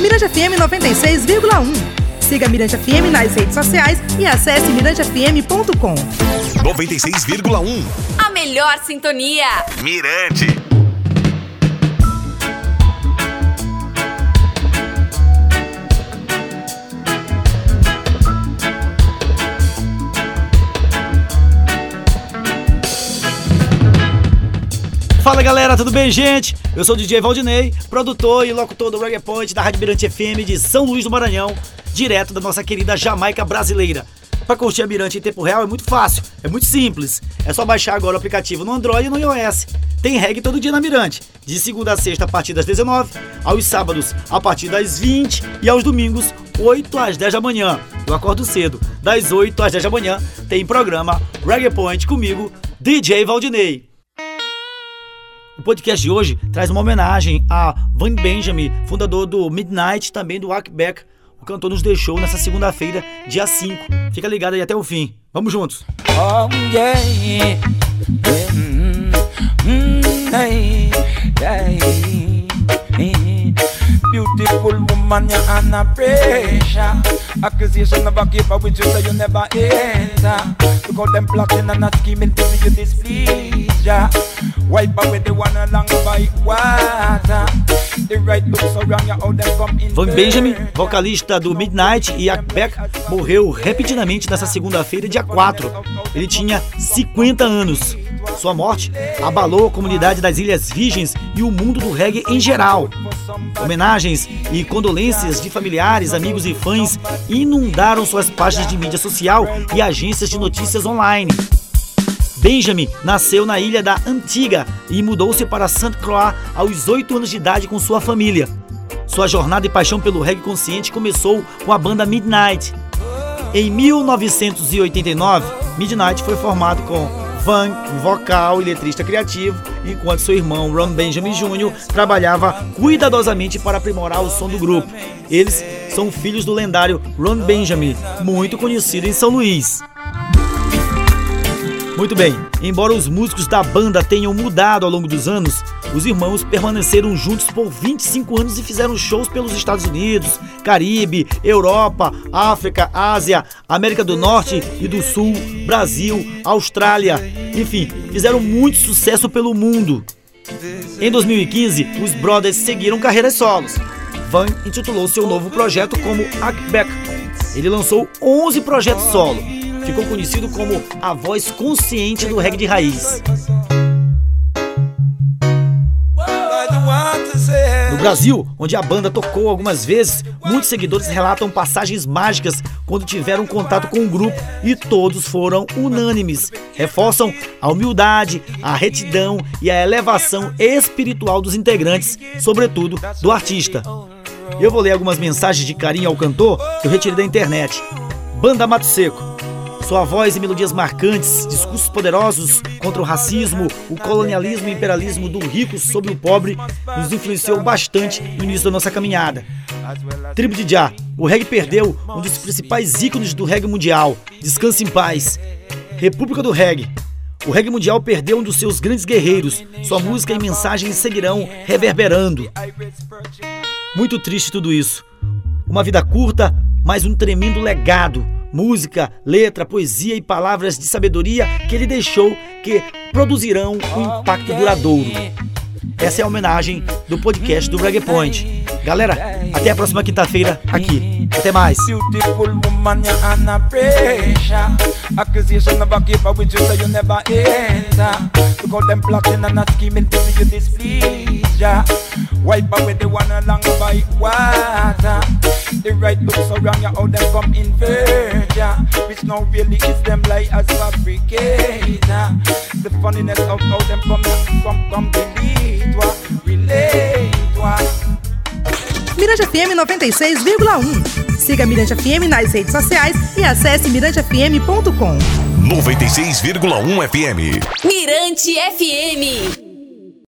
Mirante FM 96,1. Siga Mirante FM nas redes sociais e acesse mirantefm.com. 96,1. A melhor sintonia. Mirante. Fala galera, tudo bem, gente? Eu sou o DJ Valdinei, produtor e locutor do Reggae Point da Rádio Mirante FM de São Luís do Maranhão, direto da nossa querida Jamaica brasileira. Para curtir a Mirante em tempo real é muito fácil, é muito simples. É só baixar agora o aplicativo no Android e no iOS. Tem reggae todo dia na Mirante, de segunda a sexta a partir das 19, aos sábados a partir das 20 e aos domingos 8 às 10 da manhã. Eu acordo cedo, das 8 às 10 da manhã tem programa Reggae Point comigo, DJ Valdinei. O podcast de hoje traz uma homenagem a Van Benjamin, fundador do Midnight, também do Akbeck. O cantor nos deixou nessa segunda-feira, dia 5. Fica ligado aí até o fim. Vamos juntos. Oh, yeah. Beautiful woman, you're under pressure. Accusation never keep up with you, so you never enter. Look how them plotting and not scheming to see you displease, yeah. Wipe away the one along by water. The right looks so wrong, you how them come in. Van Benjamin, vocalista do Midnight e Akbeck, morreu repentinamente nessa segunda-feira, dia 4. Ele tinha 50 anos. Sua morte abalou a comunidade das Ilhas Virgens e o mundo do reggae em geral. Homenagens e condolências de familiares, amigos e fãs inundaram suas páginas de mídia social e agências de notícias online. Benjamin nasceu na ilha da Antigua e mudou-se para St. Croix aos 8 anos de idade com sua família. Sua jornada e paixão pelo reggae consciente começou com a banda Midnight. Em 1989, Midnight foi formado com Van, vocal e letrista criativo, enquanto seu irmão Ron Benjamin Jr. trabalhava cuidadosamente para aprimorar o som do grupo. Eles são filhos do lendário Ron Benjamin, muito conhecido em São Luís. Muito bem, embora os músicos da banda tenham mudado ao longo dos anos, os irmãos permaneceram juntos por 25 anos e fizeram shows pelos Estados Unidos, Caribe, Europa, África, Ásia, América do Norte e do Sul, Brasil, Austrália, enfim, fizeram muito sucesso pelo mundo. Em 2015, os brothers seguiram carreiras solos. Van intitulou seu novo projeto como Akbeck. Ele lançou 11 projetos solo. Ficou conhecido como a voz consciente do reggae de raiz. No Brasil, onde a banda tocou algumas vezes, muitos seguidores relatam passagens mágicas quando tiveram contato com o grupo e todos foram unânimes. Reforçam a humildade, a retidão e a elevação espiritual dos integrantes, sobretudo do artista. Eu vou ler algumas mensagens de carinho ao cantor que eu retirei da internet. Banda Mato Seco. Sua voz e melodias marcantes, discursos poderosos contra o racismo, o colonialismo e imperialismo do rico sobre o pobre nos influenciou bastante no início da nossa caminhada. Tribo de Jah, o reggae perdeu um dos principais ícones do reggae mundial. Descanse em paz. República do Reggae. O reggae mundial perdeu um dos seus grandes guerreiros. Sua música e mensagens seguirão reverberando. Muito triste tudo isso. Uma vida curta, mas um tremendo legado. Música, letra, poesia e palavras de sabedoria que ele deixou que produzirão um impacto duradouro. Essa é a homenagem do podcast do Reggae Point. Galera, até a próxima quinta-feira aqui. Até mais. Beautiful woman, you're under pressure. Accusation never keep up with you, so you never enter. Look how them plotting and not scheming to see you displease, yeah. Wipe away the one along by water. The right looks so wrong, you how them come invert, yeah. Which now really is them lie as fabricator. The funniness of how them come delete, what relate, what. Mirante FM 96,1. Siga Mirante FM nas redes sociais e acesse mirantefm.com. 96,1 FM. Mirante FM.